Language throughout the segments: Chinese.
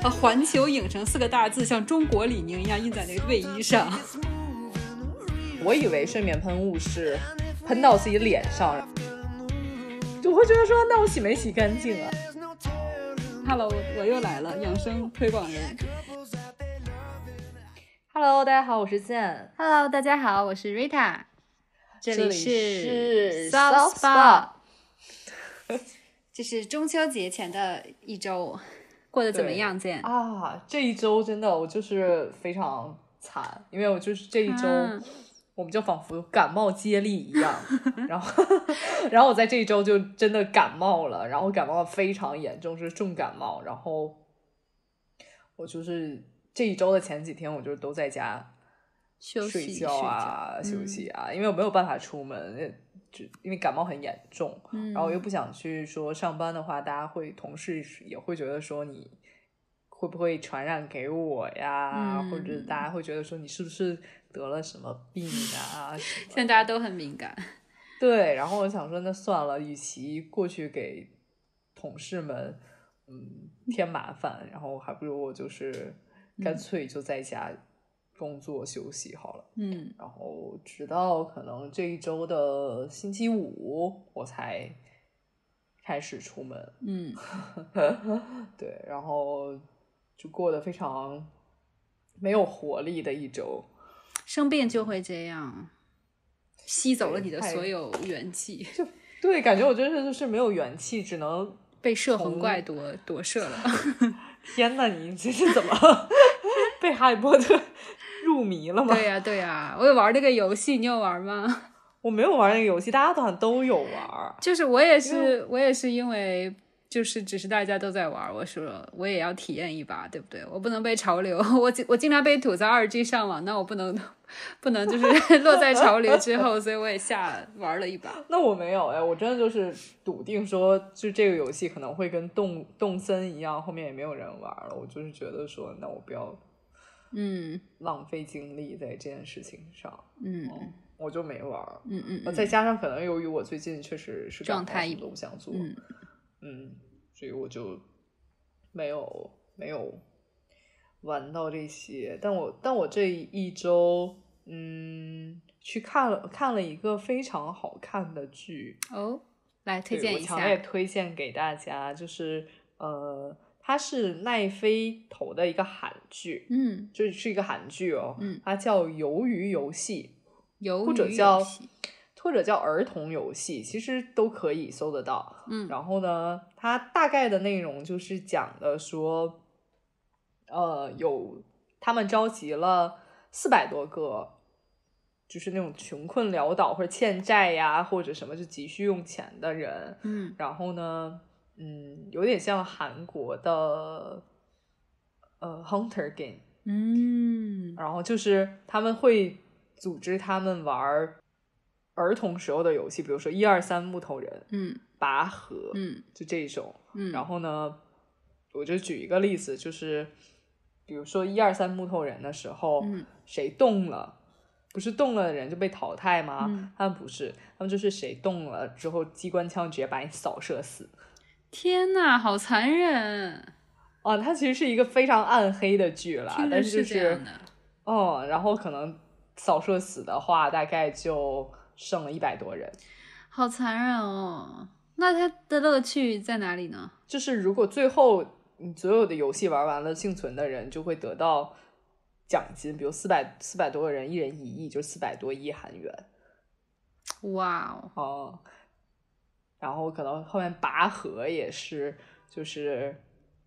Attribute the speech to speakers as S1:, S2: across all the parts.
S1: 环球影城4个大字像中国李宁一样印在那个卫衣上。
S2: 我以为睡眠喷雾是喷到自己脸上，就会觉得说那我洗没洗干净啊。
S1: Hello， 我又来了，养生推广人。
S2: Hello， 大家好，我是健。
S1: Hello， 大家好，我是 Rita。这里是
S2: Soft Spot。
S1: 这是中秋节前的一周，过得怎么样，健？
S2: 这一周真的我就是非常惨，因为我就是这一周，我们就仿佛感冒接力一样，然后我在这一周就真的感冒了，然后感冒非常严重，是重感冒，然后我就是这一周的前几天，我就都在家睡觉啊，休息啊，因为我没有办法出门，因为感冒很严重，然后我又不想去说上班的话，大家同事也会觉得说你会不会传染给我呀，或者大家会觉得说你是不是得了什么病啊？
S1: 现在大家都很敏感。
S2: 对，然后我想说那算了，与其过去给同事们添麻烦，然后还不如我就是干脆就在家工作休息好了。然后直到可能这一周的星期五我才开始出门。对，然后就过得非常没有活力的一周。
S1: 生病就会这样，吸走了你的所有元气。
S2: 对，感觉我真的就是没有元气，只能
S1: 被摄魂怪夺舍了。
S2: 天哪，你这是怎么被哈利波特入迷了吗？
S1: 对呀，我有玩那个游戏，你有玩吗？
S2: 我没有玩那个游戏，大家好像都有玩。
S1: 就是我也是因为就是只是大家都在玩，我说我也要体验一把，对不对？我不能被潮流，我经常被吐槽2G 上网，那我不能就是落在潮流之后，所以我也下玩了一把。
S2: 那我没有我真的就是笃定说，就这个游戏可能会跟动森一样，后面也没有人玩了。我就是觉得说，那我不要浪费精力在这件事情上。我就没玩。再加上可能由于我最近确实是
S1: 状态
S2: 都不想做。所以我就没有玩到这些。但我这一周去看了一个非常好看的剧。
S1: 来推荐一下。
S2: 我强烈推荐给大家，就是它是奈飞投的一个韩剧。就是一个韩剧哦。它叫鱿鱼游戏，或者叫儿童游戏，其实都可以搜得到。然后呢，它大概的内容就是讲的说，他们召集了400多个，就是那种穷困潦倒或者欠债呀，或者什么就急需用钱的人。然后呢，有点像韩国的Hunter Game。然后就是他们会组织他们玩儿童时候的游戏，比如说1、2、3木头人，拔河，就这种。然后呢，我就举一个例子，就是比如说1、2、3木头人的时候，谁动了，不是动了的人就被淘汰吗？他们不是，他们就是谁动了之后，机关枪直接把你扫射死。
S1: 天哪，好残忍！
S2: 它其实是一个非常暗黑的剧啦，但是就是
S1: 这样的。
S2: 然后可能扫射死的话，大概就剩了100多人。
S1: 好残忍哦！那它的乐趣在哪里呢？
S2: 就是如果最后你所有的游戏玩完了，幸存的人就会得到奖金，比如400多个人，1人1亿，就是400多亿韩元。
S1: 哇
S2: 哦！然后可能后面拔河也是，就是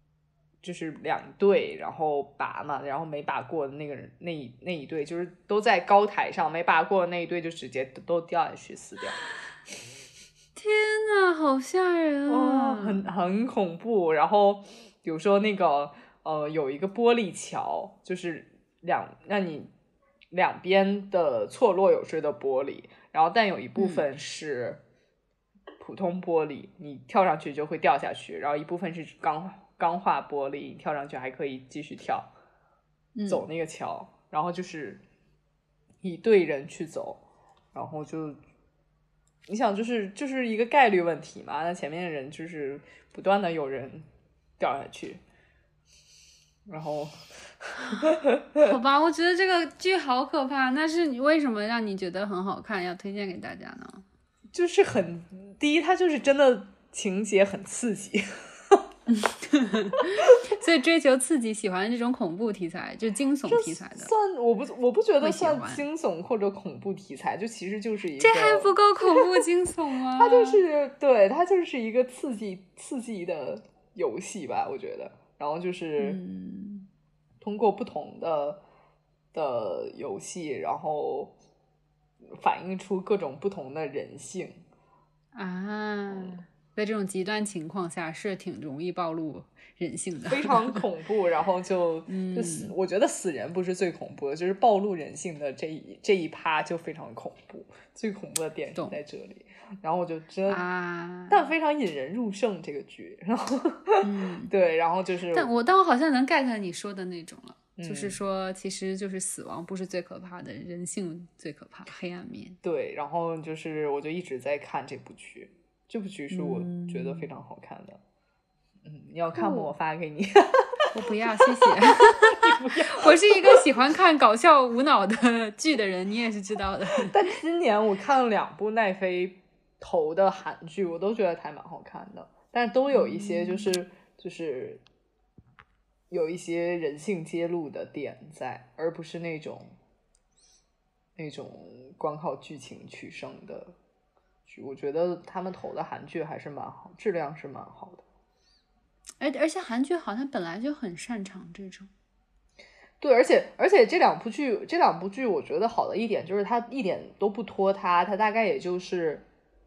S2: 2队，然后拔嘛，然后没拔过的那个人，那一队就是都在高台上，没拔过的那一队就直接都掉下去死掉。
S1: 天哪，好吓人啊！
S2: 很恐怖。然后比如说那个有一个玻璃桥，就是让你两边的错落有致的玻璃，然后但有一部分是普通玻璃，你跳上去就会掉下去，然后一部分是钢化玻璃，你跳上去还可以继续跳，走那个桥。然后就是一队人去走，然后就你想就是一个概率问题嘛，那前面的人就是不断的有人掉下去。 然后
S1: 好吧，我觉得这个剧好可怕。那是你为什么让你觉得很好看，要推荐给大家呢？
S2: 就是第一，它就是真的情节很刺激。
S1: 所以追求刺激，喜欢这种恐怖题材，就惊悚题材的。
S2: 算我不觉得算惊悚或者恐怖题材，就其实就是一个，
S1: 这还不够恐怖惊悚吗？
S2: 它就是一个刺激的游戏吧，我觉得。然后就是通过不同的游戏，然后反映出各种不同的人性
S1: 啊。在这种极端情况下是挺容易暴露人性的，
S2: 非常恐怖。然后我觉得死人不是最恐怖的，就是暴露人性的这一趴就非常恐怖。最恐怖的点是在这里。然后我就真但非常引人入胜这个剧。然后对，然后就是
S1: 但我好像能 get 你说的那种了。就是说其实就是死亡不是最可怕的，人性最可怕，黑暗面。
S2: 对，然后就是我就一直在看这部剧。这部剧是我觉得非常好看的。你要看吗？我发给你。
S1: 我不要，谢谢。我是一个喜欢看搞笑无脑的剧的人，你也是知道的。
S2: 但今年我看了2部奈飞投的韩剧，我都觉得还蛮好看的，但是都有一些就是有一些人性揭露的点在，而不是那种光靠剧情取胜的。我觉得他们投的韩剧还是蛮好，质量是蛮好的。
S1: 而且韩剧好像本来就很擅长这种。
S2: 对，而且这两部剧我觉得好的一点就是它一点都不拖沓，它大概也就是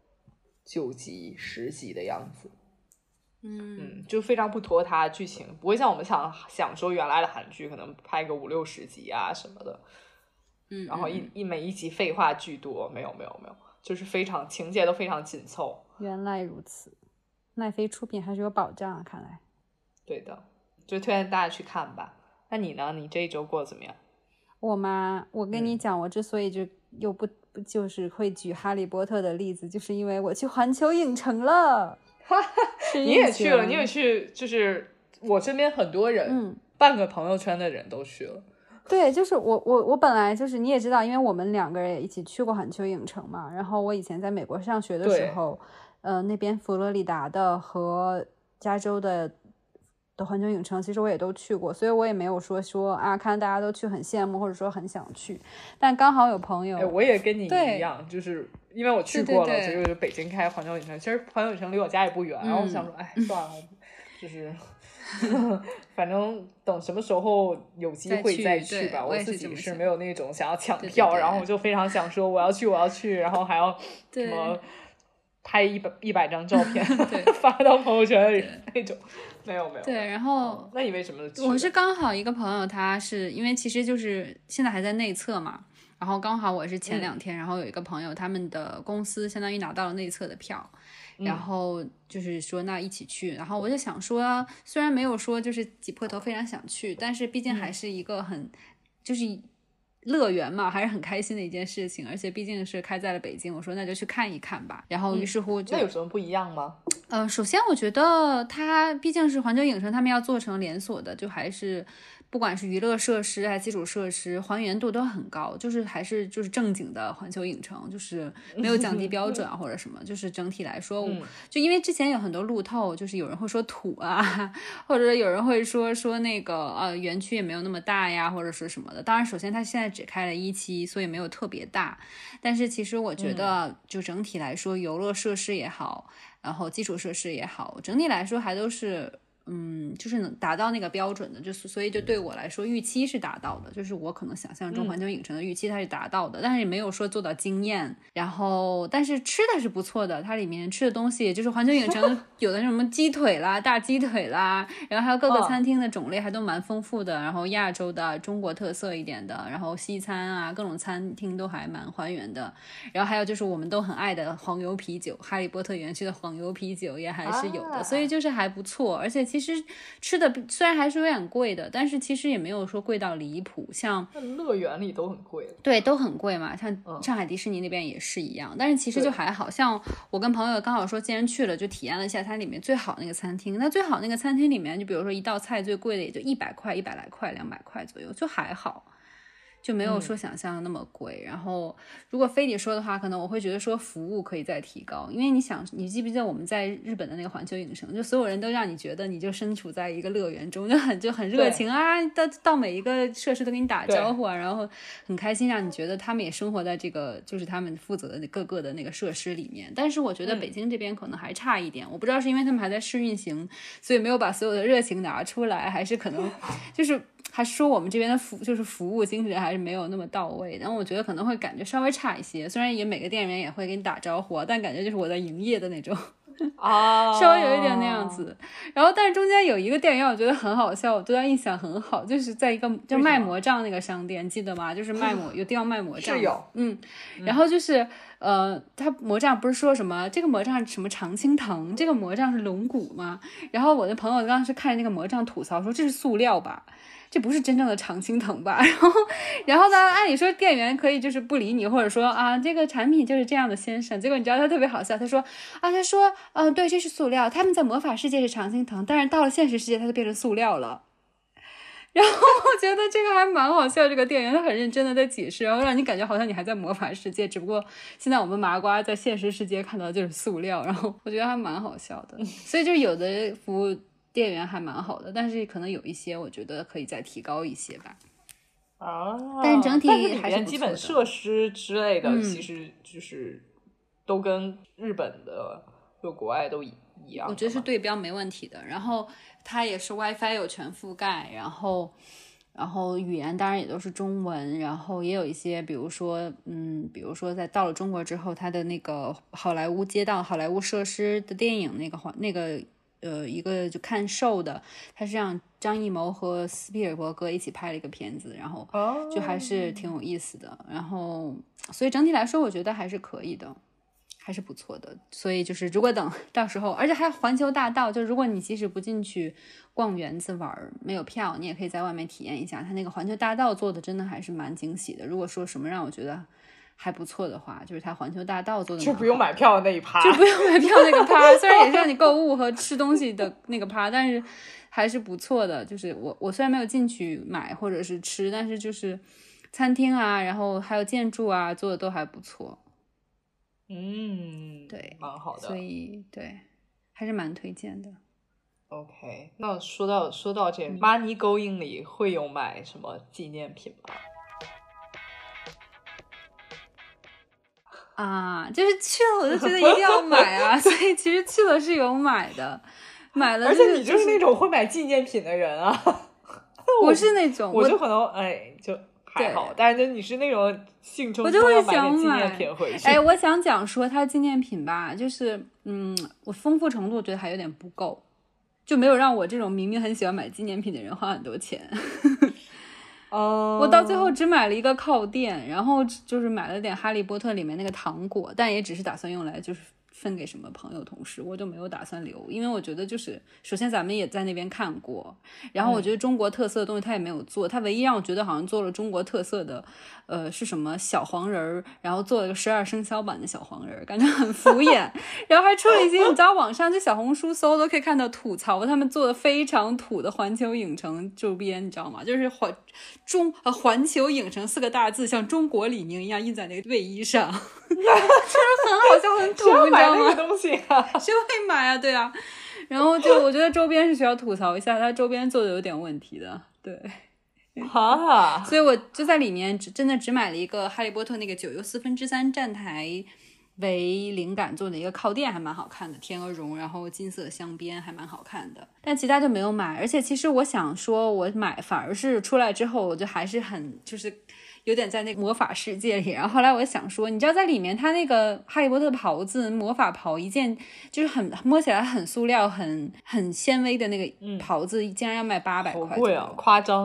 S2: 9集10集的样子。就非常不拖沓，剧情不会像我们想说原来的韩剧可能拍个50-60集啊什么的。然后每一集废话巨多，没有，就是非常情节都非常紧凑。
S1: 原来如此，奈飞出品还是有保障啊，看来。
S2: 对的，就推荐大家去看吧。那你呢？你这一周过得怎么样？
S1: 我吗？我跟你讲，我之所以就又不就是会举哈利波特的例子，就是因为我去环球影城了。
S2: 你也去了，你也去，就是我身边很多人，半个朋友圈的人都去了。
S1: 对，就是我本来就是你也知道，因为我们2个人也一起去过环球影城嘛。然后我以前在美国上学的时候，那边佛罗里达的和加州的环球影城，其实我也都去过，所以我也没有说啊，看大家都去很羡慕，或者说很想去。但刚好有朋友，
S2: 我也跟你一样，就是因为我去过了，所以我就北京开环球影城。其实环球影城离我家也不远，然后我想说，算了，就是反正等什么时候有机会再去吧。我自己是没有那种想要抢票，然后我就非常想说我要去，然后还要什么拍100张照片发到朋友圈里那种。没有。
S1: 对，然后
S2: 那你为什么去？
S1: 我是刚好一个朋友，他是因为其实就是现在还在内测嘛，然后刚好我是前2天，然后有一个朋友他们的公司相当于拿到了内测的票，然后就是说那一起去，然后我就想说，虽然没有说就是挤破头非常想去，但是毕竟还是一个很就是乐园嘛，还是很开心的一件事情，而且毕竟是开在了北京，我说那就去看一看吧。然后于是乎就
S2: 那有什么不一样吗？
S1: 首先我觉得它毕竟是环球影城，他们要做成连锁的，就还是不管是娱乐设施还是基础设施，还原度都很高，就是还是就是正经的环球影城，就是没有降低标准啊或者什么，就是整体来说，就因为之前有很多路透，就是有人会说土啊，或者有人会说那个园区也没有那么大呀，或者说什么的。当然，首先它现在只开了1期，所以没有特别大，但是其实我觉得就整体来说，游乐设施也好，然后基础设施也好，整体来说还都是就是能达到那个标准的，就是所以就对我来说预期是达到的，就是我可能想象中环球影城的预期它是达到的，但是也没有说做到惊艳。然后但是吃的是不错的，它里面吃的东西就是环球影城有的什么鸡腿啦、大鸡腿啦，然后还有各个餐厅的种类还都蛮丰富的，然后亚洲的、中国特色一点的，然后西餐啊，各种餐厅都还蛮还原的。然后还有就是我们都很爱的黄油啤酒，哈利波特园区的黄油啤酒也还是有的，所以就是还不错。而且其实吃的虽然还是有点贵的，但是其实也没有说贵到离谱，像
S2: 乐园里都很贵，
S1: 对，都很贵嘛，像上海迪士尼那边也是一样，但是其实就还好。像我跟朋友刚好说既然去了就体验了一下它里面最好那个餐厅，那最好那个餐厅里面就比如说一道菜最贵的也就100块100来块200块左右，就还好，就没有说想象的那么贵。然后如果非得说的话，可能我会觉得说服务可以再提高，因为你想，你记不记得我们在日本的那个环球影城，就所有人都让你觉得你就身处在一个乐园中，就很热情啊，到每一个设施都跟你打招呼啊，然后很开心，让你觉得他们也生活在这个就是他们负责的各个的那个设施里面。但是我觉得北京这边可能还差一点，我不知道是因为他们还在试运行，所以没有把所有的热情拿出来，还是可能就是还是说我们这边的服务精神还是没有那么到位，然后我觉得可能会感觉稍微差一些，虽然也每个店员也会给你打招呼，但感觉就是我在营业的那种稍微有一点那样子。然后但是中间有一个店员我觉得很好笑，我对他印象很好，就是在一个就卖魔杖那个商店，记得吗？就是有地方卖魔杖，
S2: 是有
S1: 然后就是他魔杖不是说什么这个魔杖什么常青藤，这个魔杖是龙骨吗？然后我的朋友当时看着那个魔杖吐槽说这是塑料吧，这不是真正的常青藤吧？然后呢，按理说店员可以就是不理你，或者说啊这个产品就是这样的先生，结果你知道他特别好笑，他说对，这是塑料，他们在魔法世界是常青藤，但是到了现实世界它就变成塑料了。然后我觉得这个还蛮好笑，这个店员他很认真的在解释，然后让你感觉好像你还在魔法世界，只不过现在我们麻瓜在现实世界看到的就是塑料，然后我觉得还蛮好笑的。所以就有的服务店员还蛮好的，但是可能有一些我觉得可以再提高一些吧。但整体还是不错的。
S2: 里面基本设施之类的其实就是都跟日本的就国外都一样，
S1: 我觉得是对标没问题的。然后它也是 WiFi 有全覆盖，然后语言当然也都是中文，然后也有一些比如说到了中国之后，它的那个好莱坞街道、好莱坞设施的电影那个一个就看秀的，他是让张艺谋和斯皮尔伯格一起拍了一个片子，然后就还是挺有意思的。然后所以整体来说我觉得还是可以的，还是不错的。所以就是如果等到时候，而且还有环球大道，就如果你即使不进去逛园子玩，没有票，你也可以在外面体验一下，它那个环球大道做的真的还是蛮惊喜的。如果说什么让我觉得还不错的话，就是它环球大道做的
S2: 就不用买票的那一趴，
S1: 就不用买票那个趴虽然也是让你购物和吃东西的那个趴，但是还是不错的。就是我虽然没有进去买或者是吃，但是就是餐厅啊，然后还有建筑啊，做的都还不错。对，
S2: 蛮好的，
S1: 所以对，还是蛮推荐的。
S2: OK， 那说到这Money Going 里会有买什么纪念品吗？
S1: 就是去了我就觉得一定要买啊所以其实去了是有买的，买了、
S2: 而且你就是那种会买纪念品的人啊
S1: 我是那种
S2: 我就可能就还好，但是你是那种兴冲
S1: 冲
S2: 要买点纪念品回去。
S1: 我想讲说它纪念品吧，就是我丰富程度我觉得还有点不够，就没有让我这种明明很喜欢买纪念品的人花很多钱我到最后只买了一个靠垫，然后就是买了点哈利波特里面那个糖果，但也只是打算用来就是分给什么朋友同事，我就没有打算留，因为我觉得就是首先咱们也在那边看过，然后我觉得中国特色的东西他也没有做，他唯一让我觉得好像做了中国特色的是什么小黄人，然后做了个12生肖版的小黄人，感觉很敷衍然后还出了一些你知道网上就小红书搜都可以看到吐槽他们做的非常土的环球影城周边，你知道吗？就是环球影城4个大字像中国李宁一样印在那个卫衣上就是很好笑很土你知道吗？
S2: 那个东西啊，
S1: 谁会买啊？对啊，然后就我觉得周边是需要吐槽一下，它周边做的有点问题的，对。所以我就在里面真的只买了一个哈利波特那个9又3/4站台为灵感做的一个靠垫，还蛮好看的，天鹅绒，然后金色镶边，还蛮好看的。但其他就没有买，而且其实我想说我买反而是出来之后我就还是很就是有点在那个魔法世界里，然后后来我想说你知道在里面它那个哈利波特袍子魔法袍一件就是很摸起来很塑料很纤维的那个袍子竟然要卖800块，
S2: 好贵啊，夸张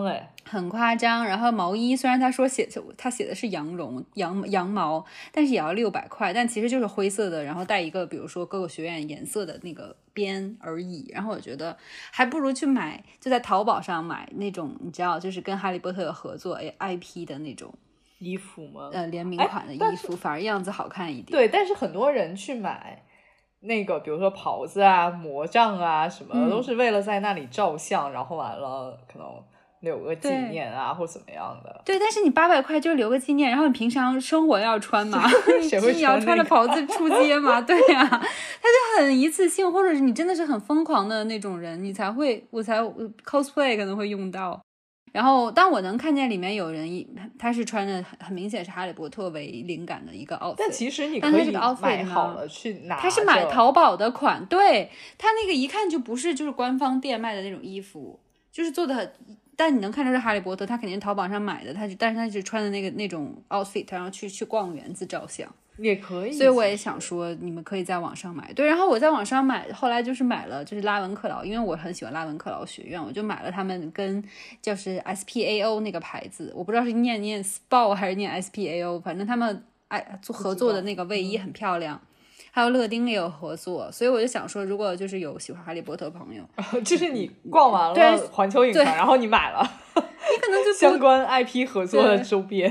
S1: 很夸张。然后毛衣虽然他写的是羊毛，但是也要600块，但其实就是灰色的，然后带一个比如说各个学院颜色的那个边而已。然后我觉得还不如去买，就在淘宝上买那种你知道就是跟哈利波特有合作 IP 的那种
S2: 衣服吗？
S1: 联名款的衣服，反而样子好看一点。
S2: 对，但是很多人去买那个比如说袍子啊魔杖啊什么的，都是为了在那里照相，然后完了可能留个纪念啊或怎么样的。
S1: 对，但是你800块就留个纪念，然后你平常生活要穿嘛，
S2: 谁会
S1: 你要穿着袍子出街嘛？对呀、它就很一次性，或者是你真的是很疯狂的那种人，我才 cosplay 可能会用到。然后当我能看见里面有人他是穿着很明显是哈利波特为灵感的一个 outfit，
S2: 但其实你可以买好了去拿，
S1: 他是买淘宝的款，对，他那个一看就不是就是官方店卖的那种衣服，就是做的很，但你能看出是哈利波特，他肯定是淘宝上买的，但是他是穿的那种 outfit， 然后去逛园子照相
S2: 也可以。
S1: 所以我也想说你们可以在网上买。对，然后我在网上买，后来就是买了就是拉文克劳，因为我很喜欢拉文克劳学院，我就买了他们跟就是 SPAO 那个牌子，我不知道是念 SPAO 还是念 SPAO， 反正他们合作的那个卫衣很漂亮，还有乐丁也有合作，所以我就想说如果就是有喜欢哈利波特朋友
S2: 就是你逛完了环球影城然后你买了
S1: 你可能就
S2: 相关 IP 合作的周边，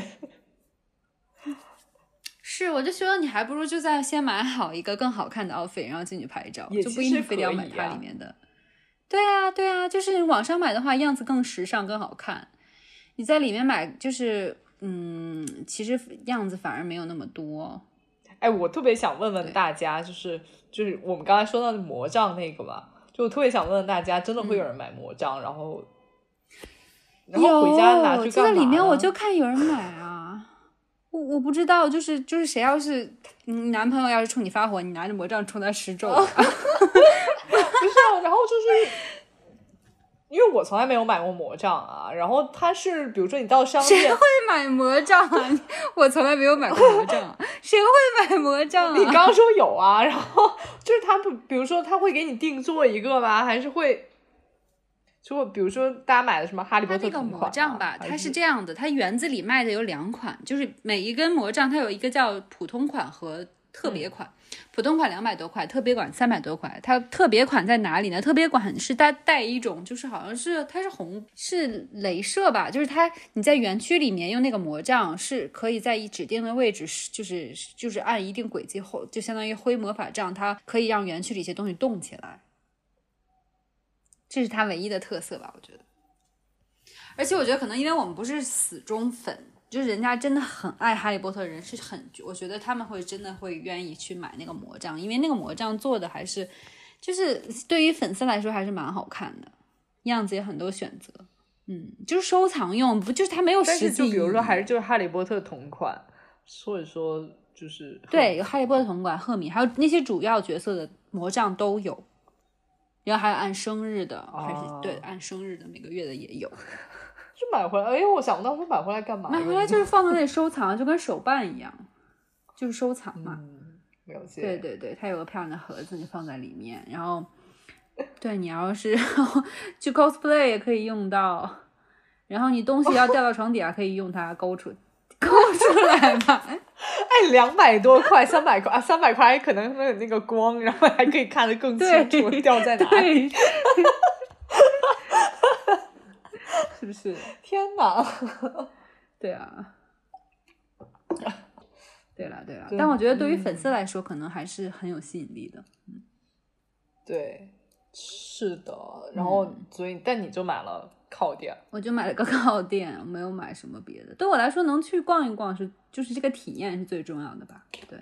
S2: 是
S1: 我就觉得你还不如就先买好一个更好看的 outfit， 然后进去拍照，就不一定非得要买它里面的。对啊，就是网上买的话样子更时尚更好看，你在里面买就是其实样子反而没有那么多。
S2: 哎，我特别想问问大家，就是我们刚才说到的魔杖那个嘛，就我特别想问问大家，真的会有人买魔杖，然后回家拿去干嘛？
S1: 就在里面我就看有人买啊，我不知道，就是谁要是你男朋友要是冲你发火，你拿着魔杖冲他施咒、不是
S2: 然后就是因为我从来没有买过魔杖啊，然后它是比如说你到商店，
S1: 谁会买魔杖啊？我从来没有买过魔杖，谁会买魔杖啊？
S2: 你刚刚说有啊，然后就是他比如说他会给你定做一个吧，还是会就比如说大家买的什么哈利波特同款、
S1: 它那个魔杖吧，它是这样的，它园子里卖的有2款，就是每一根魔杖它有一个叫普通款和特别款，普通款200多块，特别款300多块。它特别款在哪里呢？特别款是它带一种，就是好像是它是镭射吧，就是你在园区里面用那个魔杖是可以在指定的位置，就是按一定轨迹后，就相当于挥魔法杖，它可以让园区里一些东西动起来。这是它唯一的特色吧，我觉得。而且我觉得可能因为我们不是死忠粉，就是人家真的很爱哈利波特的人是我觉得他们真的会愿意去买那个魔杖，因为那个魔杖做的还是就是对于粉丝来说还是蛮好看的，样子也很多选择，就是收藏用，不就是它没有实际意义。
S2: 就比如说还是就是哈利波特同款，所以说就是
S1: 对，有哈利波特同款、赫敏，还有那些主要角色的魔杖都有。然后还有按生日的，还是对按生日的每个月的也有。
S2: 就买回来，我想不到说买回来干嘛？
S1: 买回来就是放在那里收藏，就跟手办一样，就是收藏嘛。
S2: 了解。
S1: 对，它有个漂亮的盒子，你放在里面，然后对你要是去 cosplay 也可以用到，然后你东西要掉到床底下可以用它勾出来吧。
S2: 200多块300块300块可能会有那个光，然后还可以看得更清楚掉在哪里。
S1: 是不是？
S2: 天哪。
S1: 对啊，对了，但我觉得对于粉丝来说可能还是很有吸引力的。
S2: 对，是的。然后所以但你就买了靠垫。
S1: 我就买了个靠垫，没有买什么别的。对我来说能去逛一逛就是这个体验是最重要的吧。对，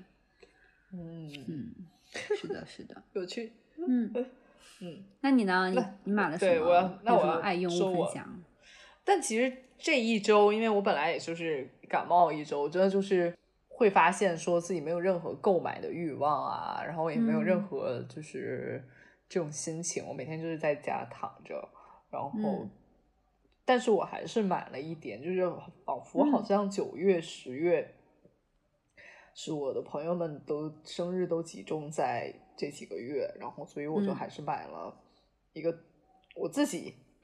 S1: 是的
S2: 有趣。
S1: 那你呢？你买了什么？
S2: 那我
S1: 爱用物分享。
S2: 但其实这一周因为我本来也就是感冒一周，真的就是会发现说自己没有任何购买的欲望啊，然后也没有任何就是这种心情，我每天就是在家躺着，然后但是我还是买了一点，就是仿佛好像9月10月是我的朋友们都生日都集中在这几个月，然后所以我就还是买了一个我自己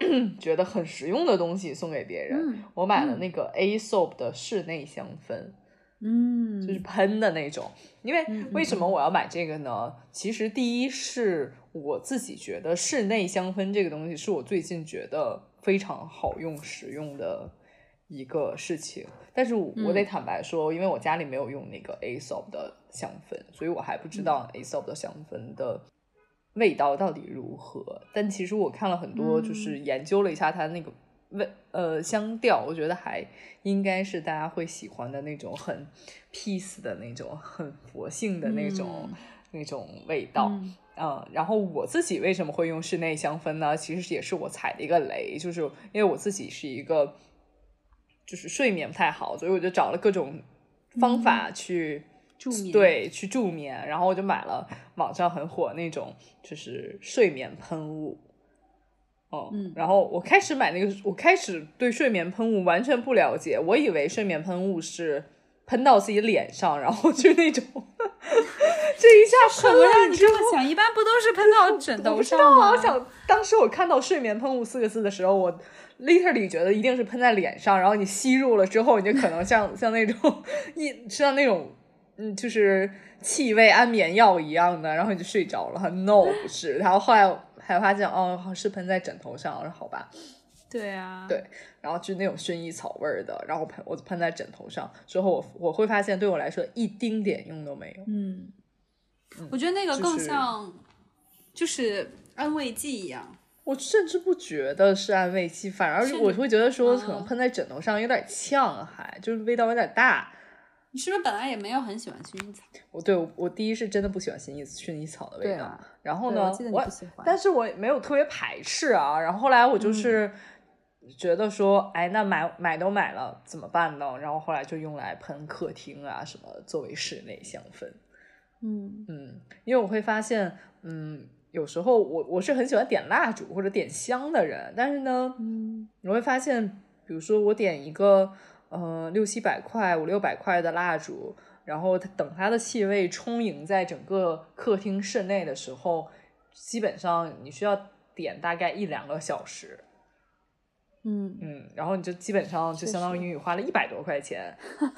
S2: 觉得很实用的东西送给别人。我买了那个 Aesop 的室内香氛，就是喷的那种。因为为什么我要买这个呢？其实第一是我自己觉得室内香氛这个东西是我最近觉得非常好用实用的一个事情，但是我得坦白说，因为我家里没有用那个 Aesop 的香氛，所以我还不知道 Aesop 的香氛的味道到底如何。但其实我看了很多，就是研究了一下它那个香调，我觉得还应该是大家会喜欢的那种很 peace 的那种很佛性的那种味道。然后我自己为什么会用室内香氛呢？其实也是我踩的一个雷，就是因为我自己是一个就是睡眠不太好，所以我就找了各种方法去
S1: 助眠，
S2: 对，去助眠。然后我就买了网上很火那种就是睡眠喷雾。然后我开始买那个，我开始对睡眠喷雾完全不了解，我以为睡眠喷雾是喷到自己脸上，然后就那种这一下喷了，
S1: 让你这么想，一般不都是喷到枕头上吗？
S2: 我想当时我看到睡眠喷雾4个字的时候，我 literally 觉得一定是喷在脸上，然后你吸入了之后，你就可能像那种像那种就是气味安眠药一样的，然后你就睡着了。No， 不是。然后后来还发现是喷在枕头上，我说好吧。
S1: 对啊，
S2: 对，然后就是那种薰衣草味的，然后我喷在枕头上之后，我会发现对我来说一丁点用都没有。
S1: 我觉得那个更像就是安慰剂一样。
S2: 我甚至不觉得是安慰剂，反而我会觉得说可能喷在枕头上有点呛，就是味道有点大。
S1: 你是不是本来也没有很喜欢薰衣草？
S2: 我第一是真的不喜欢薰衣草的味道，然后呢，
S1: 我记得你不喜欢，
S2: 但是我也没有特别排斥啊。然后后来我就是觉得说，那买都买了怎么办呢？然后后来就用来喷客厅啊什么，作为室内香氛。因为我会发现，有时候我是很喜欢点蜡烛或者点香的人，但是呢，我会发现，比如说我点一个600-700块、500-600块的蜡烛，然后等它的气味充盈在整个客厅室内的时候，基本上你需要点大概1-2个小时。然后你就基本上就相当于你花了100多块钱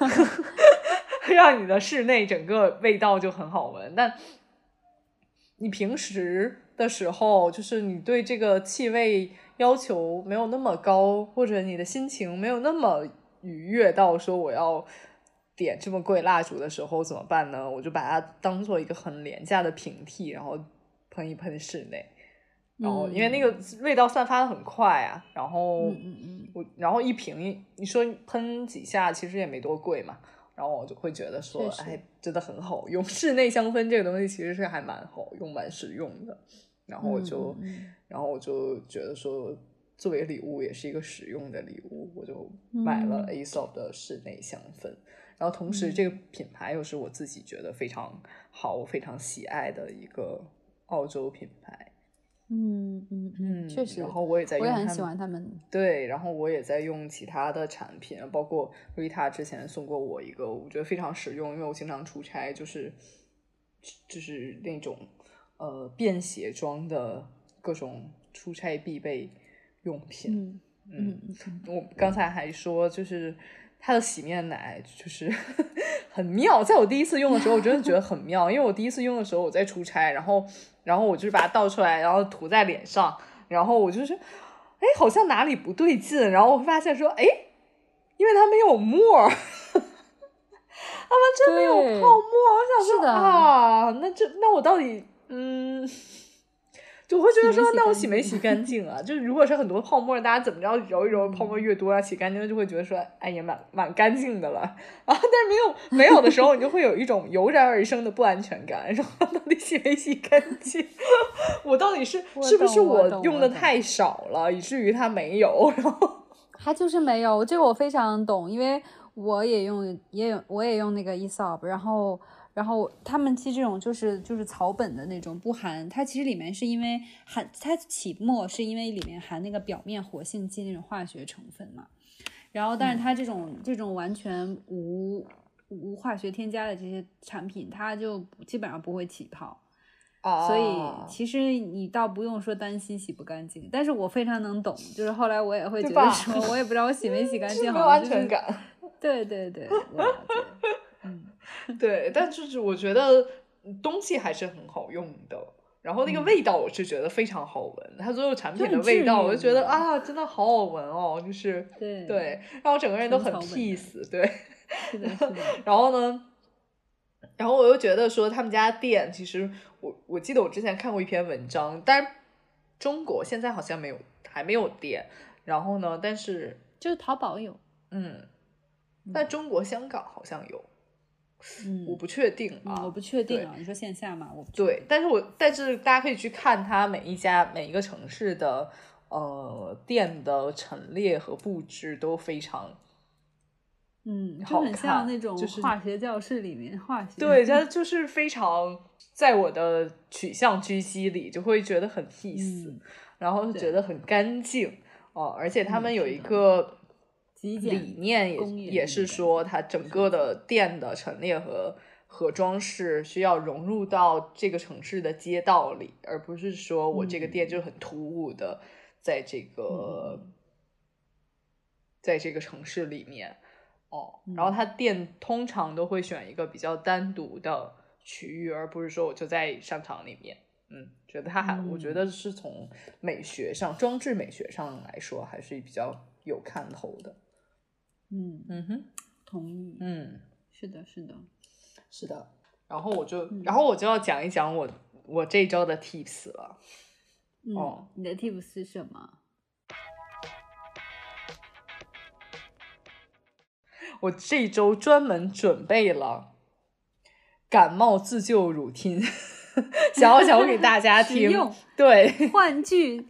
S2: 让你的室内整个味道就很好闻。但你平时的时候，就是你对这个气味要求没有那么高，或者你的心情没有那么愉悦到说我要点这么贵蜡烛的时候怎么办呢？我就把它当做一个很廉价的平替，然后喷一喷室内。然后因为那个味道散发的很快啊，然后然后一瓶你说喷几下其实也没多贵嘛，然后我就会觉得说真的很好用。室内香氛这个东西其实是还蛮好用蛮实用的，然后我就觉得说作为礼物也是一个实用的礼物，我就买了 Aesop 的室内香氛。然后同时这个品牌又是我自己觉得非常好我非常喜爱的一个澳洲品牌。
S1: 确实，
S2: 然后我也在用
S1: 我也很喜欢他们。
S2: 对，然后我也在用其他的产品，包括 Rita 之前送过我一个，我觉得非常实用，因为我经常出差，就是那种便携装的各种出差必备用品。我刚才还说就是它的洗面奶就是很妙，在我第一次用的时候我真的觉得很妙，因为我第一次用的时候我在出差，然后我就是把它倒出来，然后涂在脸上，然后我就是好像哪里不对劲，然后我会发现说因为它没有沫儿它完全没有泡沫，我想说那我到底就我会觉得说那我洗没洗干净啊？就是如果是很多泡沫，大家怎么着揉一揉，泡沫越多洗干净就会觉得说也蛮干净的了。然后但是没有的时候，你就会有一种油然而生的不安全感，说到底洗没洗干净？我到底是不是我用的太少了，以至于它没有？然后
S1: 它就是没有，这个我非常懂，因为我也用那个 Aesop， 然后他们其实这种就是草本的那种不含，它其实里面是因为它起沫是因为里面含那个表面活性剂那种化学成分嘛，然后但是它这种完全无化学添加的这些产品，它就基本上不会起泡。 所以其实你倒不用说担心洗不干净，但是我非常能懂，就是后来我也会觉得说，我也不知道我洗没洗干净，
S2: 没有安全感。
S1: 对对对，我了解。
S2: 对，但就是我觉得东西还是很好用的，然后那个味道我是觉得非常好闻，它所有产品的味道我就觉得啊，真的好好闻哦，就是对，让我整个人都很 peace。对，
S1: 是的，是的。
S2: 然后我又觉得说他们家店其实我记得我之前看过一篇文章，但是中国现在好像还没有店，然后呢但是
S1: 就是淘宝有，
S2: 但中国香港好像有，我不确定啊，
S1: 我不确定啊，你说线下嘛，我不确
S2: 定。对，但是大家可以去看它每一个城市的店的陈列和布置都非常
S1: 就很像那种化学教室里面化学，
S2: 对，它就是非常在我的取向居息里就会觉得很 peace，然后觉得很干净而且他们有一个理念也是说它整个的店的陈列和装饰需要融入到这个城市的街道里，而不是说我这个店就很突兀的在这个城市里面然后它店通常都会选一个比较单独的区域，而不是说我就在商场里面。觉得我觉得是从美学上装置美学上来说还是比较有看头的。
S1: 同意。是的，是的，
S2: 是的。然后我就要讲一讲我这一周的 tips 了。
S1: 你的 tips 是什么？
S2: 我这周专门准备了感冒自救乳听，想要讲给大家听。
S1: 实用，
S2: 对，
S1: 换季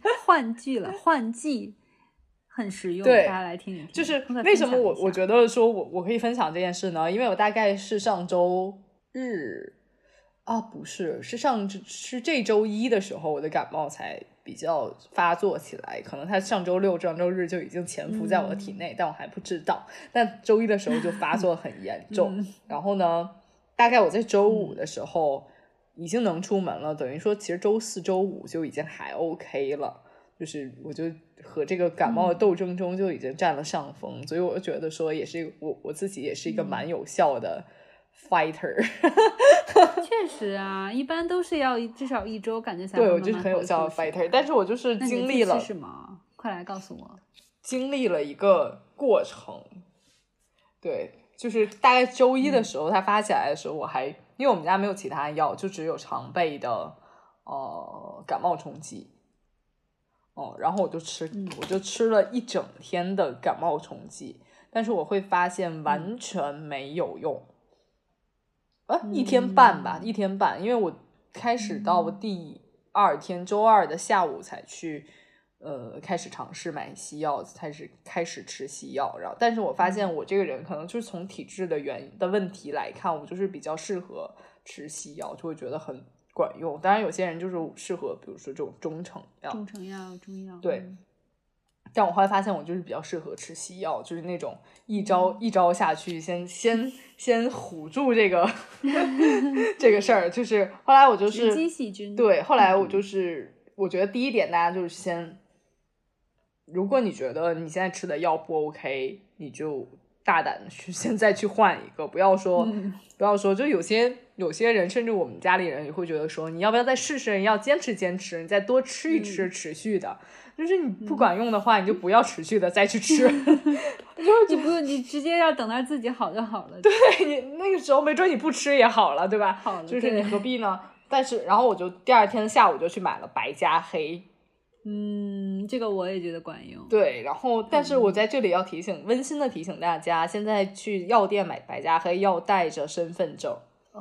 S1: 很实用，
S2: 对，
S1: 大家来听一听。
S2: 就是为什么我觉得说我可以分享这件事呢？因为我大概是上周日不是这周一的时候，我的感冒才比较发作起来，可能它上周六上周日就已经潜伏在我的体内，但我还不知道。但周一的时候就发作很严重，然后呢大概我在周五的时候已经能出门了，等于说其实周四周五就已经还 OK 了，就是我就和这个感冒的斗争中就已经占了上风，所以我觉得说也是我自己也是一个蛮有效的fighter。
S1: 确实啊，一般都是要至少一周感觉才
S2: 对，我就是很有效的 fighter， 但是我就是经历了。
S1: 是什么？快来告诉我。
S2: 经历了一个过程。对，就是大概周一的时候它发起来的时候，因为我们家没有其他药，就只有常备的感冒冲剂。然后我就吃了一整天的感冒冲剂，但是我会发现完全没有用。1天半吧，1天半，因为我开始到第2天周二的下午才去开始尝试买西药，开始吃西药，然后但是我发现我这个人可能就是从体质的问题来看，我就是比较适合吃西药，就会觉得很管用。当然有些人就是适合比如说这种中成药
S1: 中药
S2: 对。但我后来发现我就是比较适合吃西药，就是那种一招下去先唬住这个这个事儿。就是后来我就是
S1: 直击细菌。
S2: 对，后来我就是我觉得第一点大家就是如果你觉得你现在吃的药不 OK， 你就大胆的现在去换一个，不要说就有些人甚至我们家里人也会觉得说你要不要再试试，你要坚持，你再多吃一吃持续的。就是你不管用的话，你就不要持续的再去吃。
S1: 你直接要等到自己好就好了。
S2: 对，你那个时候没准你不吃也好了，对吧？
S1: 好了，
S2: 就是你何必呢？但是然后我就第2天下午就去买了白加黑。
S1: 这个我也觉得管用。
S2: 对，然后但是我在这里要温馨的提醒大家，现在去药店买白加黑要带着身份证。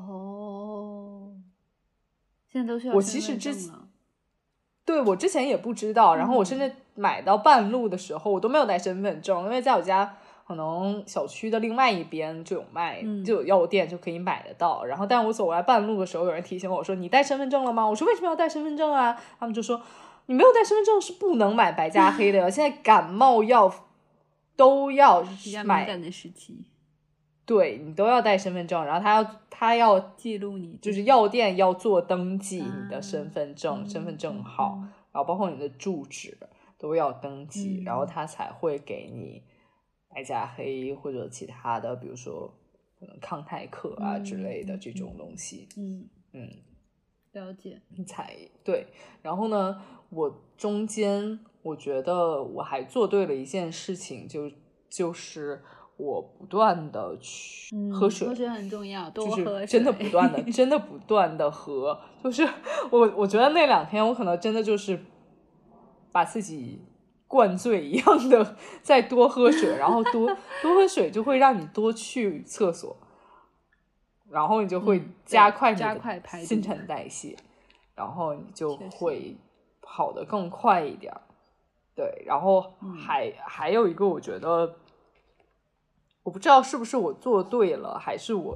S1: 现在都需要身份证了。
S2: 对，我之前也不知道，然后我甚至买到半路的时候我都没有带身份证，因为在我家可能小区的另外一边就有卖，就有药店就可以买得到。然后但我走过来半路的时候，有人提醒我说你带身份证了吗？我说为什么要带身份证啊？他们就说你没有带身份证是不能买白加黑的。现在感冒药都要
S1: 比较敏感的时期。
S2: 对，你都要带身份证，然后他要
S1: 记录你，
S2: 就是药店要做登记你的身份证、身份证号，然后包括你的住址都要登记，然后他才会给你白加黑或者其他的，比如说可能抗泰克啊之类的这种东西。
S1: 了解。
S2: 才对。然后呢，我中间我觉得我还做对了一件事情，就是我不断的去喝水，
S1: 喝水很重要，多喝水，
S2: 就是真的不断的喝。就是我觉得那2天我可能真的就是把自己灌醉一样的再多喝水，然后多喝水就会让你多去厕所，然后你就会加快你的新陈代谢，然后你就会跑得更快一点。对，然后还有一个我觉得我不知道是不是我做对了还是我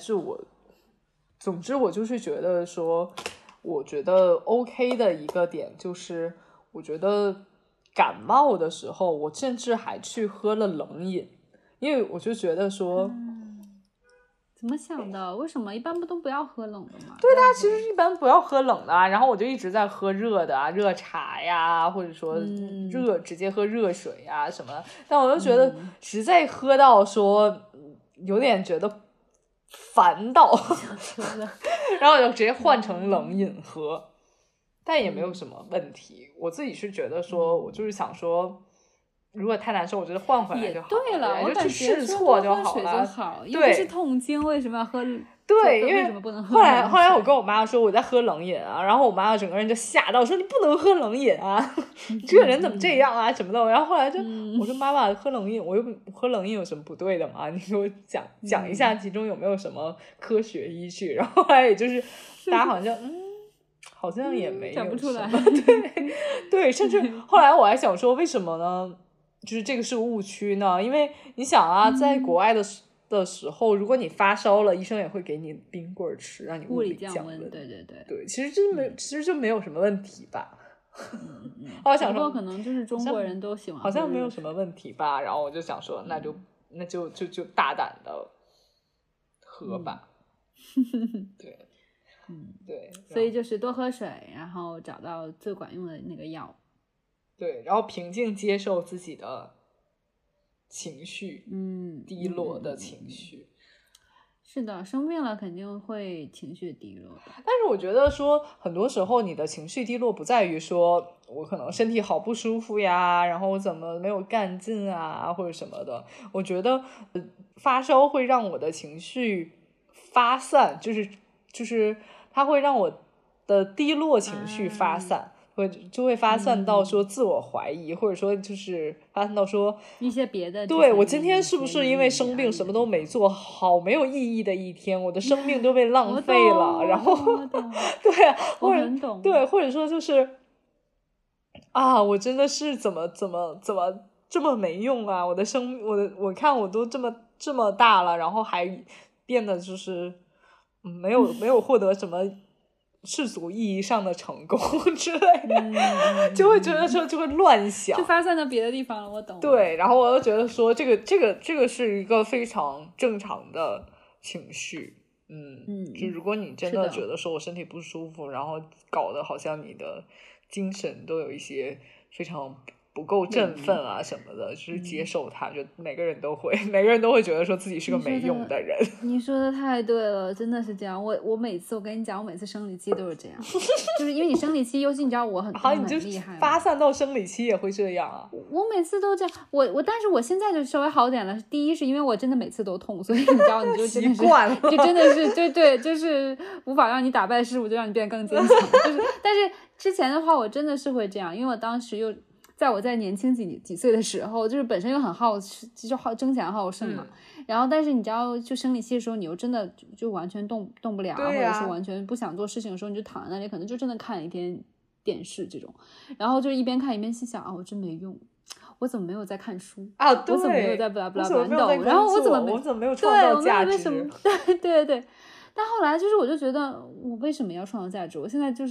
S2: 总之我就是觉得说我觉得 OK 的一个点就是我觉得感冒的时候我甚至还去喝了冷饮，因为我就觉得说
S1: 怎么想的？为什么一般都不要喝冷的嘛？
S2: 对的，其实一般不要喝冷的啊，然后我就一直在喝热的啊，热茶呀，或者说直接喝热水呀什么的。但我就觉得实在喝到说有点觉得烦到，然后我就直接换成冷饮喝，但也没有什么问题。我自己是觉得说，我就是想说。如果太难受，我觉得换回来就好了。
S1: 对了，我
S2: 就去试错就好了。
S1: 又不是痛经，为什么要喝？
S2: 对，因
S1: 为什么不能喝？
S2: 后来我跟我妈说我在喝冷饮啊，然后我妈整个人就吓到，说你不能喝冷饮啊，你这个人怎么这样啊什么的。然后后来就我说妈妈喝冷饮，我又喝冷饮有什么不对的吗？你给我讲一下其中有没有什么科学依据。然后后来也就是大家好像好像也没有
S1: 讲不出来。
S2: 对，甚至后来我还想说为什么呢？就是这个是个误区呢，因为你想啊，在国外的时候，如果你发烧了，医生也会给你冰棍吃，让你物理降温。对，其实就没有什么问题吧。我想说，
S1: 可能就是中国人都喜欢，
S2: 好像没有什么问题吧。然后我就想说，那就大胆的喝吧。对，对，
S1: 所以就是多喝水，然后找到最管用的那个药。
S2: 对，然后平静接受自己的情绪，低落的情绪。
S1: 是的，生病了肯定会情绪低落的。
S2: 但是我觉得说，很多时候你的情绪低落不在于说我可能身体好不舒服呀，然后我怎么没有干劲啊，或者什么的。我觉得发烧会让我的情绪发散，就是它会让我的低落情绪发散。就会发散到说自我怀疑，或者说就是发散到说
S1: 一些别的。
S2: 对，我今天是不是因为生病什么都没做好，没有意义的一天，我的生命都被浪费了。然后对啊，或者说就是啊，我真的是怎么这么没用啊！我看我都这么大了，然后还变得就是没有获得什么世俗意义上的成功之类的，就会觉得说就会乱想，
S1: 就发散到别的地方了。我懂。
S2: 对，然后我又觉得说这个是一个非常正常的情绪。就如果你真的觉得说我身体不舒服，然后搞得好像你的精神都有一些非常不够振奋啊什么的，就是接受它，就每个人都会觉得说自己是个没用的人。
S1: 你说的太对了，真的是这样。我跟你讲，我每次生理期都是这样，就是因为你生理期，尤其你知道我很厉害，
S2: 发散到生理期也会这样啊。
S1: 我每次都这样，但是我现在就稍微好点了。第一是因为我真的每次都痛，所以你知道你就真的是
S2: 习惯了，
S1: 就真的是对，就是无法让你打败事物，就让你变得更坚强。但是之前的话，我真的是会这样，因为我当时又。在我在年轻几岁的时候，就是本身又很争强好胜嘛，然后但是你知道就生理期的时候，你又真的就完全动不了，或者是完全不想做事情的时候，你就躺在那里，可能就真的看一天电视这种，然后就一边看一边心想啊，我真没用，我怎么没有在看书
S2: 啊？对，
S1: 我怎么没有在不啦不啦
S2: 抖，
S1: 然后我怎么
S2: 没有创造价值？
S1: 对，为什么？对。但后来就是我就觉得我为什么要创造价值？我现在就是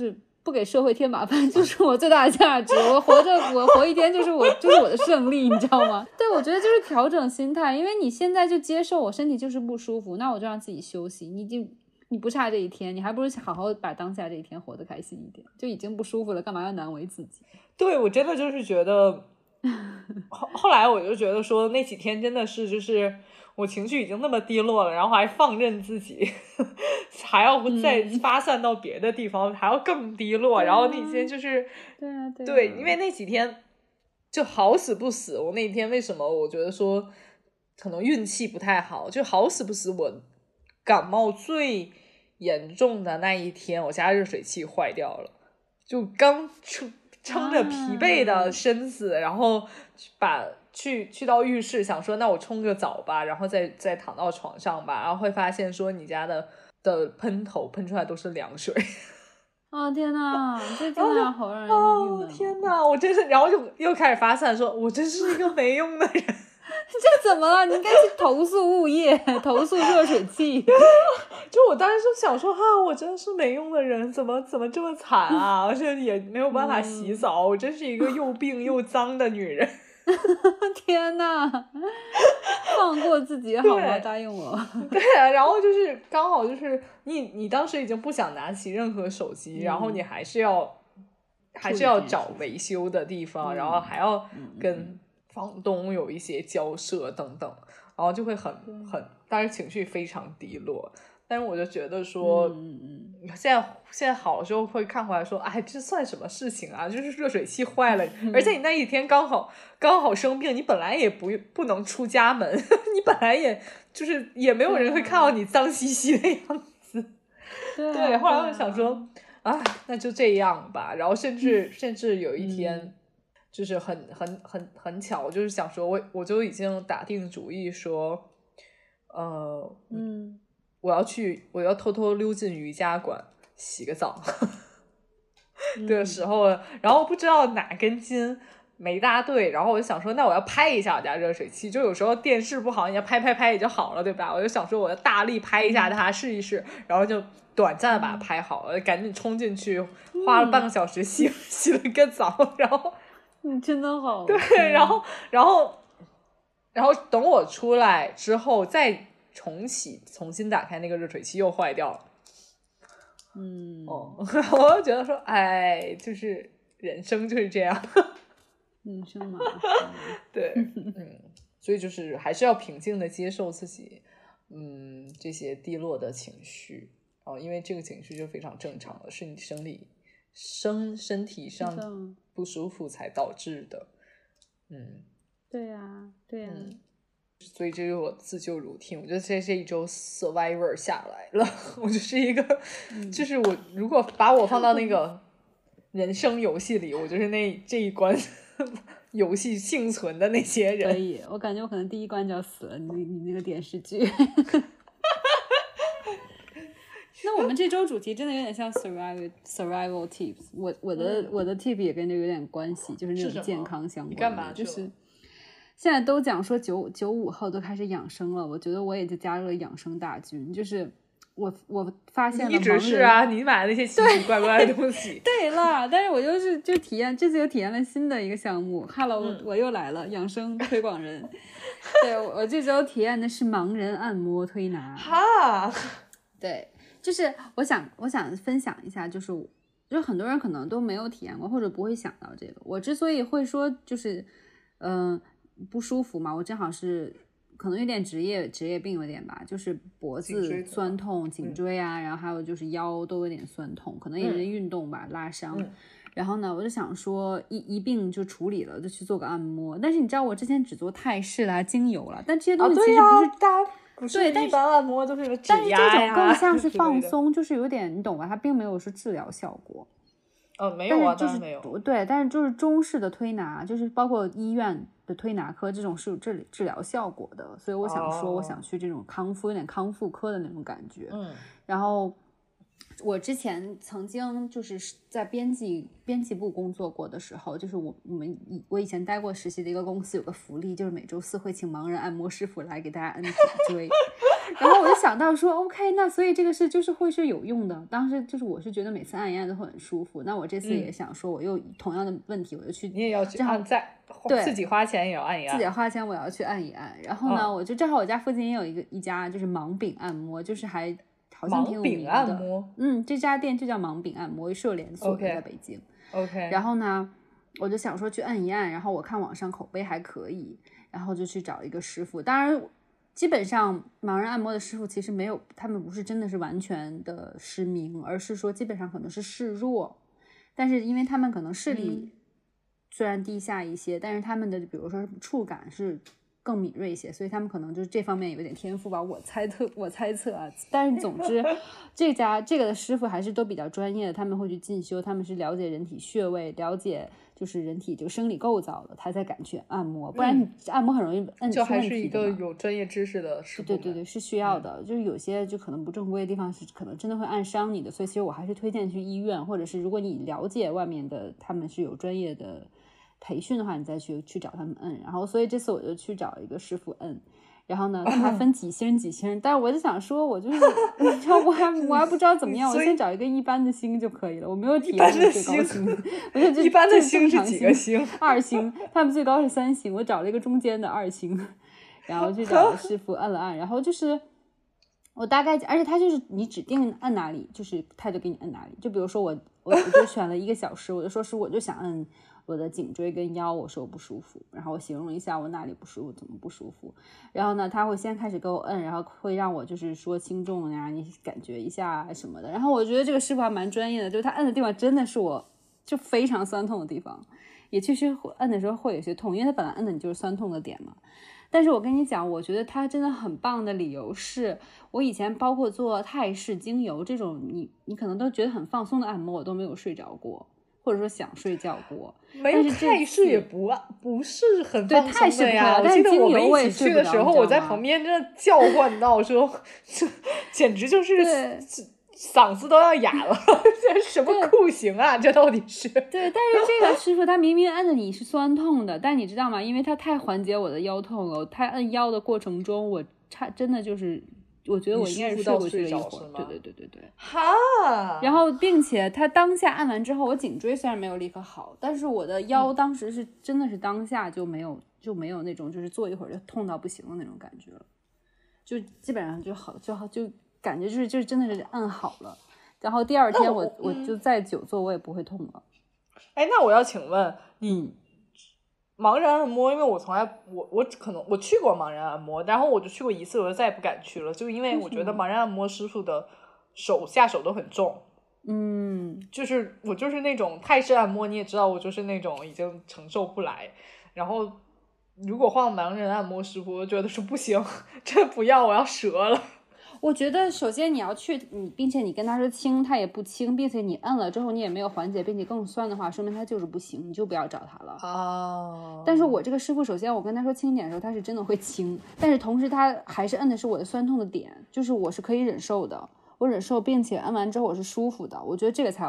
S1: 不给社会添麻烦就是我最大的价值。我活一天就是我的胜利，你知道吗？对，我觉得就是调整心态，因为你现在就接受我身体就是不舒服，那我就让自己休息。你不差这一天，你还不如好好把当下这一天活得开心一点。就已经不舒服了，干嘛要难为自己？
S2: 对，我真的就是觉得后来我就觉得说那几天真的是就是我情绪已经那么低落了，然后还放任自己还要再发散到别的地方，还要更低落，然后那几天就是对，因为那几天就好死不死，我那天为什么我觉得说可能运气不太好，就好死不死我感冒最严重的那一天我家热水器坏掉了，就刚撑着疲惫的身子，然后去到浴室想说那我冲个澡吧，然后再躺到床上吧，然后会发现说你家的喷头喷出来都是凉水。
S1: 哦天哪，这真的好让人郁闷。
S2: 天哪，我真是，然后就又开始发散说我真是一个没用的人。
S1: 这怎么了？你应该去投诉物业，投诉热水器。
S2: 就我当时就想说我真是没用的人，怎么这么惨啊，而且也没有办法洗澡，我真是一个又病又脏的女人。
S1: 天哪，放过自己好吗？答应我。
S2: 对啊，然后就是刚好就是你当时已经不想拿起任何手机，然后你还是要找维修的地方，然后还要跟房东有一些交涉等等，然后就会很当时情绪非常低落。但是我就觉得说现在好的时候会看回来说这算什么事情啊，就是热水器坏了而且你那一天刚好生病，你本来也不能出家门你本来也就是也没有人会看到你脏兮兮的样子。对，后来我就想说那就这样吧，然后甚至有一天就是很巧，就是想说我就已经打定主意说我要偷偷溜进瑜伽馆洗个澡的时候，然后不知道哪根筋没搭对，然后我就想说那我要拍一下我家热水器，就有时候电视不好，你要拍也就好了，对吧？我就想说我要大力拍一下它试一试，然后就短暂的把它拍好了，赶紧冲进去花了半个小时洗了个澡，然后
S1: 你真的好。
S2: 对，然后等我出来之后再重新打开那个热水器又坏掉了。我就觉得说就是人生就是这样。
S1: 人生嘛。
S2: 对所以就是还是要平静的接受自己这些低落的情绪因为这个情绪就非常正常的，是你身体上不舒服才导致的。
S1: 对呀。
S2: 所以这是我自救routine，我觉得这一周 survivor 下来了，我就是一个就是我如果把我放到那个人生游戏里，我就是这一关游戏幸存的那些人。
S1: 可以，我感觉我可能第一关就要死了，你那个电视剧。那我们这周主题真的有点像 survival tips， 我的 tip 也跟这有点关系，就是那种健康相关的。
S2: 你干嘛去了？
S1: 就是现在都讲说95后都开始养生了，我觉得我也就加入了养生大军。就是我发现了，
S2: 一直是你买的那些奇奇怪怪的东西。
S1: 对啦，但是我就体验，这次又体验了新的一个项目。Hello，我又来了，养生推广人。对，我这周体验的是盲人按摩推拿。对，就是我想分享一下，就是很多人可能都没有体验过，或者不会想到这个。我之所以会说就是不舒服嘛，我正好是可能有点职业病有点吧，就是脖子酸痛、颈椎啊，然后还有就是腰都有点酸痛，可能也是运动吧拉伤。然后呢我就想说一并就处理了，就去做个按摩。但是你知道我之前只做泰式啦、精油啦，但这些东西其实不是
S2: 对，一般按摩都是指
S1: 压呀，但是这种更像是放松，就是有点你懂吧，它并没有说治疗效果。
S2: 没有当然没有。
S1: 对，但是就是中式的推拿，就是包括医院的推拿科这种是有治疗效果的，所以我想说我想去这种康复，有点康复科的那种感觉。然后我之前曾经就是在编辑部工作过的时候，就是我以前待过实习的一个公司有个福利，就是每周4会请盲人按摩师傅来给大家按颈椎。 然后我就想到说 OK， 那所以这个是就是会是有用的。当时就是我是觉得每次按一按都会很舒服，那我这次也想说我又同样的问题我就去，
S2: 你也要去按，
S1: 对，
S2: 自己花钱也要按一按，
S1: 自己花钱我要去按一按。然后呢，我就正好我家附近也有一家就是盲饼按摩，就是还好像挺有名的。
S2: 盲饼按摩，
S1: 这家店就叫盲饼按摩，是有连锁的，在北京。
S2: OK，
S1: 然后呢，我就想说去按一按，然后我看网上口碑还可以，然后就去找一个师傅。当然，基本上盲人按摩的师傅其实没有，他们不是真的是完全的失明，而是说基本上可能是视弱，但是因为他们可能视力虽然低下一些，但是他们的比如说触感是更敏锐一些，所以他们可能就是这方面有点天赋吧，我猜测啊。但是总之这个的师傅还是都比较专业的，他们会去进修，他们是了解人体穴位，了解就是人体这个生理构造的，他才敢去按摩，不然你按摩很容易摁出问题的嘛。
S2: 就还是一个有专业知识的师傅。
S1: 对，是需要的。就是有些就可能不正规的地方是可能真的会按伤你的，所以其实我还是推荐去医院，或者是如果你了解外面的他们是有专业的培训的话，你再去找他们摁。然后所以这次我就去找一个师傅摁，然后呢他分几星，但是我就想说我就是你知道我还不知道怎么样，我先找一个一般的星就可以了，我没有体验过最高星。我就
S2: 一般的星是几个星
S1: ？2星，他们最高是3星，我找了一个中间的2星，然后去找了师傅按了按，然后就是我大概，而且他就是你指定按哪里，就是他就给你按哪里。就比如说我就选了1个小时，我就说是我就想按我的颈椎跟腰，我说我不舒服，然后我形容一下我哪里不舒服，怎么不舒服。然后呢，他会先开始给我摁，然后会让我就是说轻重呀，你感觉一下什么的。然后我觉得这个师傅还蛮专业的，就是他摁的地方真的是我就非常酸痛的地方，也确实摁的时候会有些痛，因为他本来摁的你就是酸痛的点嘛。但是我跟你讲，我觉得它真的很棒的理由是，我以前包括做泰式精油这种你可能都觉得很放松的按摩，我都没有睡着过，或者说想睡觉过。
S2: 没有，泰式也不是很放松的呀。
S1: 我
S2: 记得我们一起去的时候，我在旁边真的叫唤到说，这简直就是嗓子都要哑了，这什么酷刑啊？这到底是？
S1: 对，但是这个师傅他明明按的你是酸痛的，但你知道吗？因为他太缓解我的腰痛了，他按腰的过程中，我真的就是我觉得我应该是睡过去了一会儿。对。
S2: 哈。
S1: 然后并且他当下按完之后，我颈椎虽然没有立刻好，但是我的腰当时是真的是当下就没有那种就是坐一会儿就痛到不行的那种感觉了，就基本上就好就感觉就是真的是按好了，然后第二天我就再久坐我也不会痛了。
S2: 哎，那我要请问你，盲人按摩，因为我从来我可能我去过盲人按摩，然后我就去过1次，我就再也不敢去了，就因为我觉得盲人按摩师傅的下手都很重。就是我就是那种泰式按摩，你也知道我就是那种已经承受不来，然后如果换盲人按摩师傅，我觉得说不行，这不要，我要折了。
S1: 我觉得首先你要去并且你跟他说轻他也不轻，并且你摁了之后你也没有缓解并且更酸的话，说明他就是不行，你就不要找他了。但是我这个师傅首先我跟他说轻一点的时候他是真的会轻，但是同时他还是摁的是我的酸痛的点，就是我是可以忍受的，我忍受并且摁完之后我是舒服的，我觉得这个才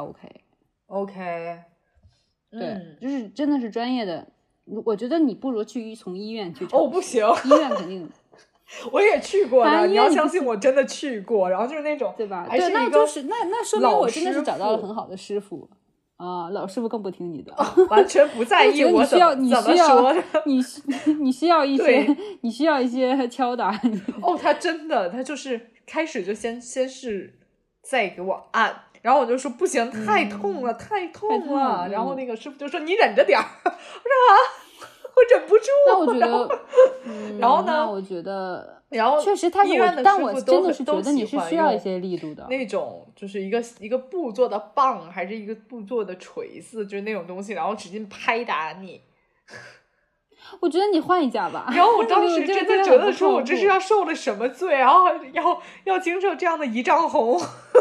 S1: OK。 对，就是真的是专业的，我觉得你不如从医院去找。
S2: 不行，
S1: 医院肯定
S2: 我也去过的，你要相信我真的去过，然后就是那种
S1: 对吧？
S2: 对，
S1: 那就是那说明我真的是找到了很好的师傅啊，老师傅更不听你的，
S2: 完全不在意我怎么说的。
S1: 你需要一些敲打。
S2: 他真的，他就是开始就先是再给我按，然后我就说不行，太痛了，太痛了。然后那个师傅就说你忍着点儿，我说我忍不住。
S1: 那我觉得，
S2: 然后呢？
S1: 那我觉得，
S2: 然后
S1: 确实他
S2: 医院的
S1: 但我
S2: 师傅
S1: 真的是觉得你是需要一些力度的，
S2: 那种就是一个布做的棒，还是一个布做的锤子，就是那种东西，然后使劲拍打你。
S1: 我觉得你换一家吧。
S2: 然后我当时真的觉得说，我这是要受了什么罪，然后要经受这样的一丈红。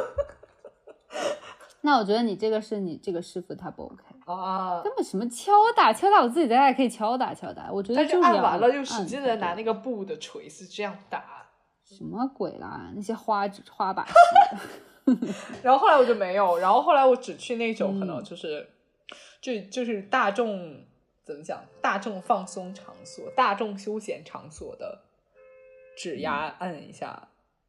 S1: 那我觉得你这个师傅他不 OK
S2: 啊，
S1: 根本什么敲打，我自己在家也可以敲打。我觉得
S2: 就是按完了就使劲的拿那个布的锤子这样打，
S1: 什么鬼啦？那些花把戏。
S2: 然后后来我就没有，然后后来我只去那种可能就是大众怎么讲，大众放松场所、大众休闲场所的指压按一下。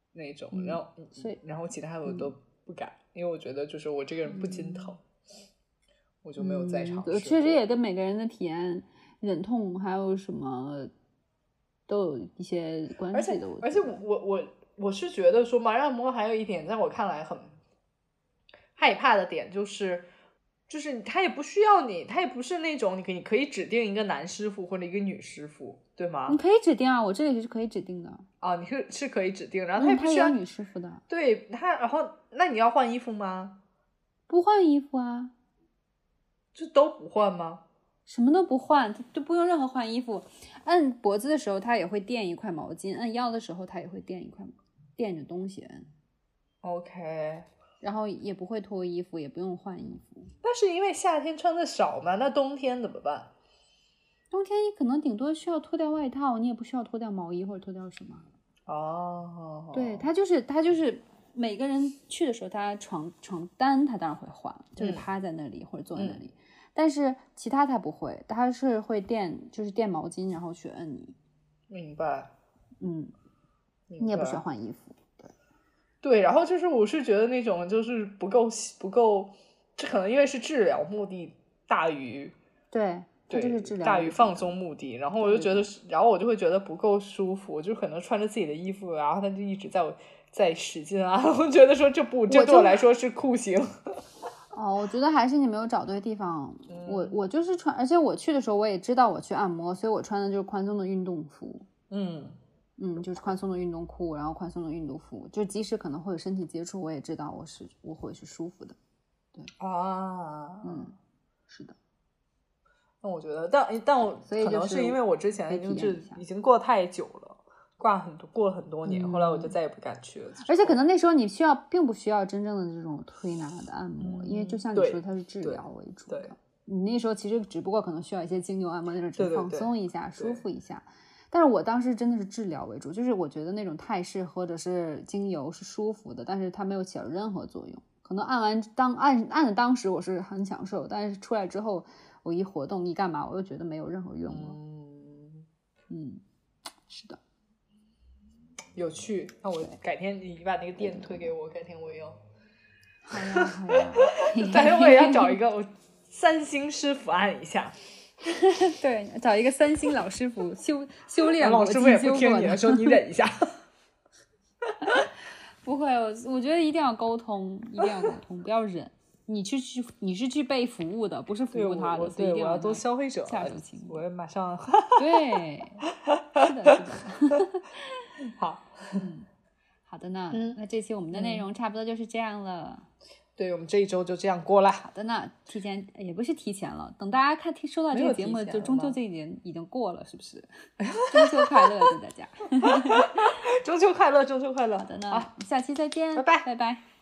S2: 那种，然后其他我都不敢，因为我觉得就是我这个人不经疼，我就没有再尝试过。
S1: 确实也跟每个人的体验、忍痛还有什么都有一些关系的。
S2: 而且我是觉得说麻药按摩还有一点在我看来很害怕的点就是他也不需要你，他也不是那种你可以指定一个男师傅或者一个女师傅，对吗？
S1: 你可以指定啊，我这里是可以指定的。
S2: 你是可以指定，然后他也不需要
S1: 女师傅的。
S2: 对他，然后那你要换衣服吗？
S1: 不换衣服啊。
S2: 就都不换吗？
S1: 什么都不换，就不用任何换衣服。按脖子的时候他也会垫一块毛巾，按腰的时候他也会垫着东西。
S2: OK。
S1: 然后也不会脱衣服，也不用换衣服。
S2: 但是因为夏天穿的少嘛，那冬天怎么办？
S1: 冬天你可能顶多需要脱掉外套，你也不需要脱掉毛衣或者脱掉什么。对，他就是每个人去的时候，他床单他当然会换，就是趴在那里或者坐在那里，但是其他他不会，他是会垫毛巾，然后去摁你。
S2: 明白。
S1: 你也不需要换衣服。
S2: 对，然后就是我是觉得那种就是不够，这可能因为是治疗目的大于
S1: 对，就是治疗
S2: 大于放松目的，然后我就觉得，然后我就会觉得不够舒服，我就可能穿着自己的衣服，然后他就一直在使劲啊，我觉得说这对我来说是酷刑。
S1: 我觉得还是你没有找对地方。我就是穿，而且我去的时候我也知道我去按摩，所以我穿的就是宽松的运动服。就是宽松的运动裤，然后宽松的运动服，就即使可能会有身体接触，我也知道我会是舒服的。对是的。
S2: 那我觉得，但我可能是因为我之前已经过太久了，过了很多年，后来我就再也不敢去了。
S1: 而且可能那时候你并不需要真正的这种推拿的按摩，因为就像你说，它是治疗为主的。你那时候其实只不过可能需要一些精油按摩，那种只放松一下，舒服一下。但是我当时真的是治疗为主，就是我觉得那种泰式或者是精油是舒服的，但是它没有起到任何作用。可能按的当时我是很享受，但是出来之后我一活动一干嘛，我又觉得没有任何用了。是的，
S2: 有趣。那我改天你把那个店推给我，改天我也要。
S1: 好呀。
S2: 改天我也要找一个3星师傅按一下。
S1: 对，找一个3星老师傅修炼
S2: 老师傅也不听你的，说你忍一下。
S1: 不会，我觉得一定要沟通，不要忍。你是去被服务的，不是服务他的，所以一定
S2: 要做消费者。
S1: 下手情，
S2: 我也马上。
S1: 对，是的。
S2: 好，
S1: 好的呢。那这期我们的内容差不多就是这样了。
S2: 对，我们这一周就这样过了。
S1: 好的呢，也不是提前了，等大家收到这个节目，就中秋节已经过了，是不是？中秋快乐，祝大家！
S2: 中秋快乐，中秋快乐。
S1: 好的呢，下期再见，
S2: 拜拜，
S1: 拜拜。